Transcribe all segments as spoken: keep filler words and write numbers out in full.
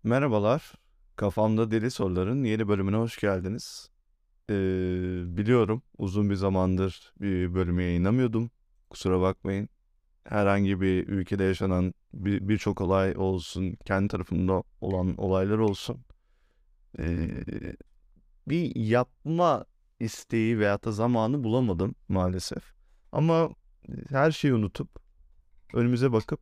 Merhabalar, Kafamda Deli Sorular'ın yeni bölümüne hoş geldiniz. Ee, biliyorum uzun bir zamandır bir bölümü yayınlamıyordum. Kusura bakmayın. Herhangi bir ülkede yaşanan bir- birçok olay olsun, kendi tarafımda olan olaylar olsun. ee, bir yapma isteği veyahut da zamanı bulamadım maalesef. Ama her şeyi unutup, önümüze bakıp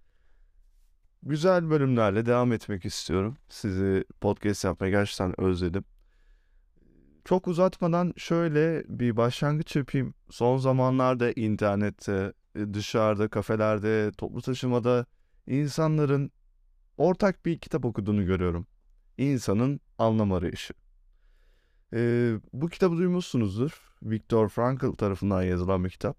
güzel bölümlerle devam etmek istiyorum. Sizi podcast yapmayı gerçekten özledim. Çok uzatmadan şöyle bir başlangıç yapayım. Son zamanlarda internette, e, dışarıda, kafelerde, toplu taşımada insanların ortak bir kitap okuduğunu görüyorum. İnsanın Anlam Arayışı. Ee, bu kitabı duymuşsunuzdur. Viktor Frankl tarafından yazılan bir kitap.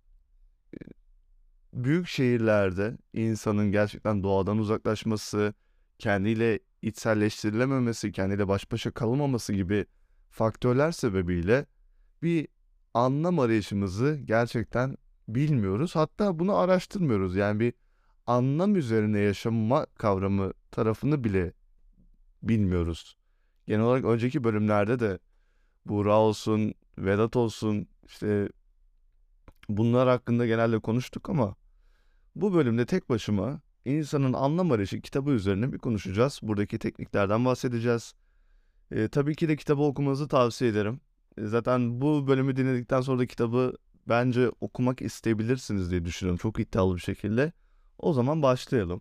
Büyük şehirlerde insanın gerçekten doğadan uzaklaşması, kendiyle içselleştirilememesi, kendiyle baş başa kalamaması gibi faktörler sebebiyle bir anlam arayışımızı gerçekten bilmiyoruz. Hatta bunu araştırmıyoruz. Yani bir anlam üzerine yaşama kavramı tarafını bile bilmiyoruz. Genel olarak önceki bölümlerde de Buğra olsun, Vedat olsun işte bunlar hakkında genelde konuştuk ama bu bölümde tek başıma insanın Anlam Arayışı kitabı üzerine bir konuşacağız. Buradaki tekniklerden bahsedeceğiz. E, tabii ki de kitabı okumanızı tavsiye ederim. E, zaten bu bölümü dinledikten sonra da kitabı bence okumak isteyebilirsiniz diye düşünüyorum. Çok iddialı bir şekilde. O zaman başlayalım.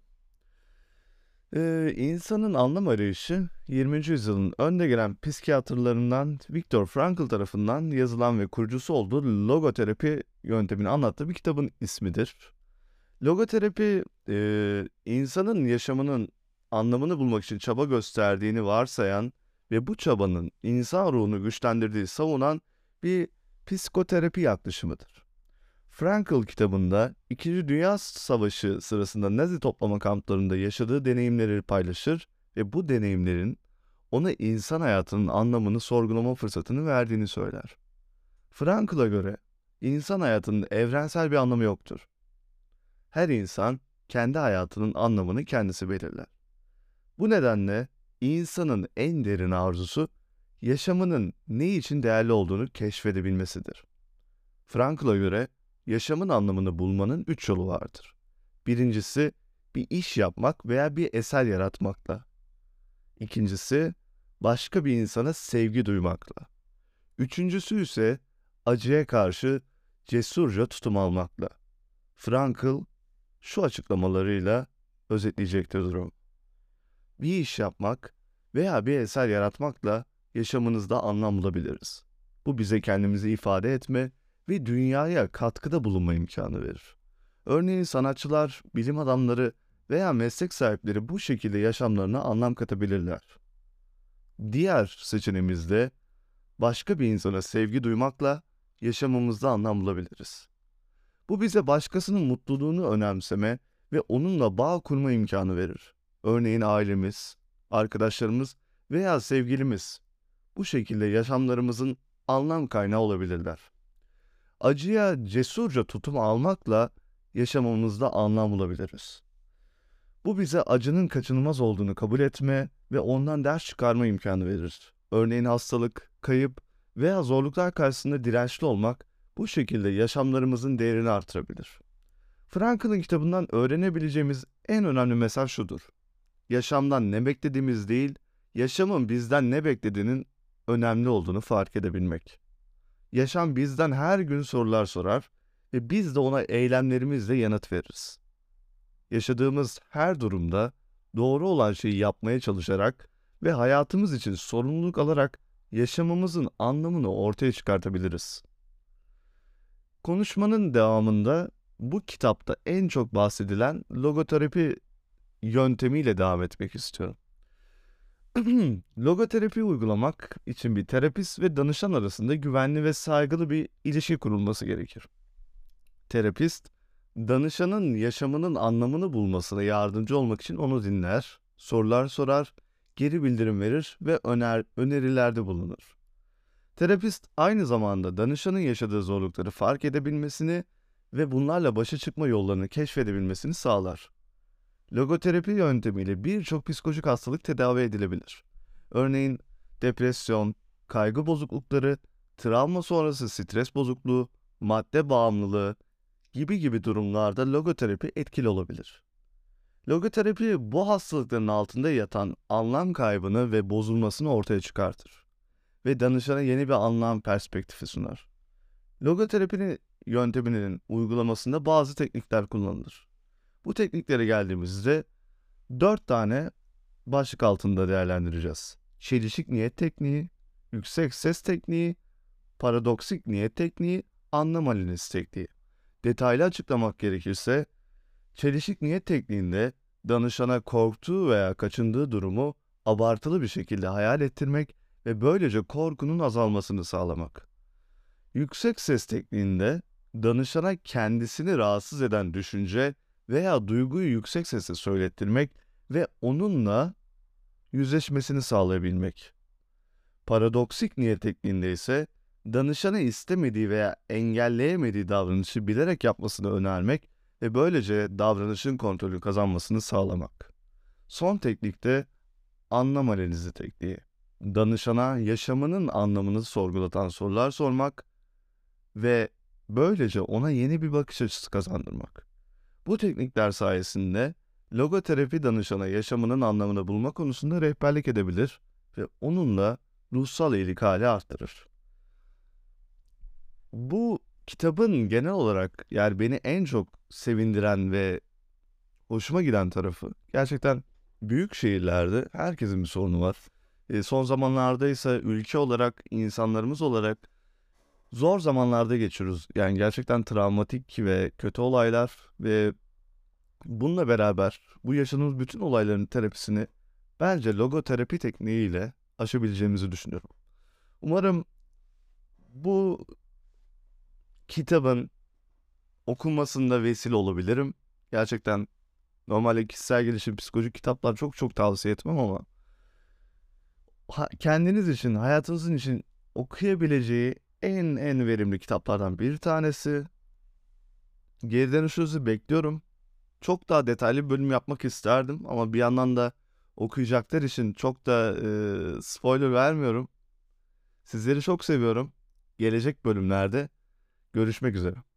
E, insanın Anlam Arayışı yirminci yüzyılın önde gelen psikiyatrlarından Viktor Frankl tarafından yazılan ve kurucusu olduğu logoterapi yöntemini anlattığı bir kitabın ismidir. Logoterapi, e, insanın yaşamının anlamını bulmak için çaba gösterdiğini varsayan ve bu çabanın insan ruhunu güçlendirdiği savunan bir psikoterapi yaklaşımıdır. Frankl kitabında İkinci Dünya Savaşı sırasında Nazi toplama kamplarında yaşadığı deneyimleri paylaşır ve bu deneyimlerin ona insan hayatının anlamını sorgulama fırsatını verdiğini söyler. Frankl'a göre insan hayatının evrensel bir anlamı yoktur. Her insan kendi hayatının anlamını kendisi belirler. Bu nedenle insanın en derin arzusu yaşamının ne için değerli olduğunu keşfedebilmesidir. Frankl'a göre yaşamın anlamını bulmanın üç yolu vardır. Birincisi bir iş yapmak veya bir eser yaratmakla. İkincisi başka bir insana sevgi duymakla. Üçüncüsü ise acıya karşı cesurca tutum almakla. Frankl şu açıklamalarıyla özetleyecektir durum. Bir iş yapmak veya bir eser yaratmakla yaşamınızda anlam bulabiliriz. Bu bize kendimizi ifade etme ve dünyaya katkıda bulunma imkanı verir. Örneğin sanatçılar, bilim adamları veya meslek sahipleri bu şekilde yaşamlarına anlam katabilirler. Diğer seçeneğimiz de başka bir insana sevgi duymakla yaşamımızda anlam bulabiliriz. Bu bize başkasının mutluluğunu önemseme ve onunla bağ kurma imkanı verir. Örneğin ailemiz, arkadaşlarımız veya sevgilimiz bu şekilde yaşamlarımızın anlam kaynağı olabilirler. Acıya cesurca tutum almakla yaşamımızda anlam bulabiliriz. Bu bize acının kaçınılmaz olduğunu kabul etme ve ondan ders çıkarma imkanı verir. Örneğin hastalık, kayıp veya zorluklar karşısında dirençli olmak bu şekilde yaşamlarımızın değerini artırabilir. Frankl'ın kitabından öğrenebileceğimiz en önemli mesaj şudur. Yaşamdan ne beklediğimiz değil, yaşamın bizden ne beklediğinin önemli olduğunu fark edebilmek. Yaşam bizden her gün sorular sorar ve biz de ona eylemlerimizle yanıt veririz. Yaşadığımız her durumda doğru olan şeyi yapmaya çalışarak ve hayatımız için sorumluluk alarak yaşamımızın anlamını ortaya çıkartabiliriz. Konuşmanın devamında bu kitapta en çok bahsedilen logoterapi yöntemiyle devam etmek istiyorum. Logoterapi uygulamak için bir terapist ve danışan arasında güvenli ve saygılı bir ilişki kurulması gerekir. Terapist, danışanın yaşamının anlamını bulmasına yardımcı olmak için onu dinler, sorular sorar, geri bildirim verir ve öner önerilerde bulunur. Terapist aynı zamanda danışanın yaşadığı zorlukları fark edebilmesini ve bunlarla başa çıkma yollarını keşfedebilmesini sağlar. Logoterapi yöntemiyle birçok psikolojik hastalık tedavi edilebilir. Örneğin depresyon, kaygı bozuklukları, travma sonrası stres bozukluğu, madde bağımlılığı gibi gibi durumlarda logoterapi etkili olabilir. Logoterapi bu hastalıkların altında yatan anlam kaybını ve bozulmasını ortaya çıkartır ve danışana yeni bir anlam perspektifi sunar. Logoterapi yönteminin uygulamasında bazı teknikler kullanılır. Bu tekniklere geldiğimizde dört tane başlık altında değerlendireceğiz. Çelişik niyet tekniği, yüksek ses tekniği, paradoksik niyet tekniği, anlam analizi tekniği. Detaylı açıklamak gerekirse, çelişik niyet tekniğinde danışana korktuğu veya kaçındığı durumu abartılı bir şekilde hayal ettirmek ve böylece korkunun azalmasını sağlamak. Yüksek ses tekniğinde danışana kendisini rahatsız eden düşünce veya duyguyu yüksek sesle söylettirmek ve onunla yüzleşmesini sağlayabilmek. Paradoksik niyet tekniğinde ise danışana istemediği veya engelleyemediği davranışı bilerek yapmasını önermek ve böylece davranışın kontrolü kazanmasını sağlamak. Son teknikte anlam analizi tekniği. Danışana yaşamının anlamını sorgulatan sorular sormak ve böylece ona yeni bir bakış açısı kazandırmak. Bu teknikler sayesinde logoterapi danışana yaşamının anlamını bulma konusunda rehberlik edebilir ve onunla ruhsal iyilik hali arttırır. Bu kitabın genel olarak yani beni en çok sevindiren ve hoşuma giden tarafı gerçekten büyük şehirlerde herkesin bir sorunu var. E, son zamanlarda ise ülke olarak, insanlarımız olarak zor zamanlarda geçiyoruz. Yani gerçekten travmatik ve kötü olaylar ve bununla beraber bu yaşadığımız bütün olayların terapisini bence logoterapi tekniğiyle aşabileceğimizi düşünüyorum. Umarım bu kitabın okunmasında vesile olabilirim. Gerçekten normalde kişisel gelişim, psikolojik kitaplar çok çok tavsiye etmem ama ha- kendiniz için, hayatınızın için okuyabileceği en en verimli kitaplardan bir tanesi. Geri dönüşünüzü bekliyorum. Çok daha detaylı bir bölüm yapmak isterdim ama bir yandan da okuyacaklar için çok da e, spoiler vermiyorum. Sizleri çok seviyorum. Gelecek bölümlerde görüşmek üzere.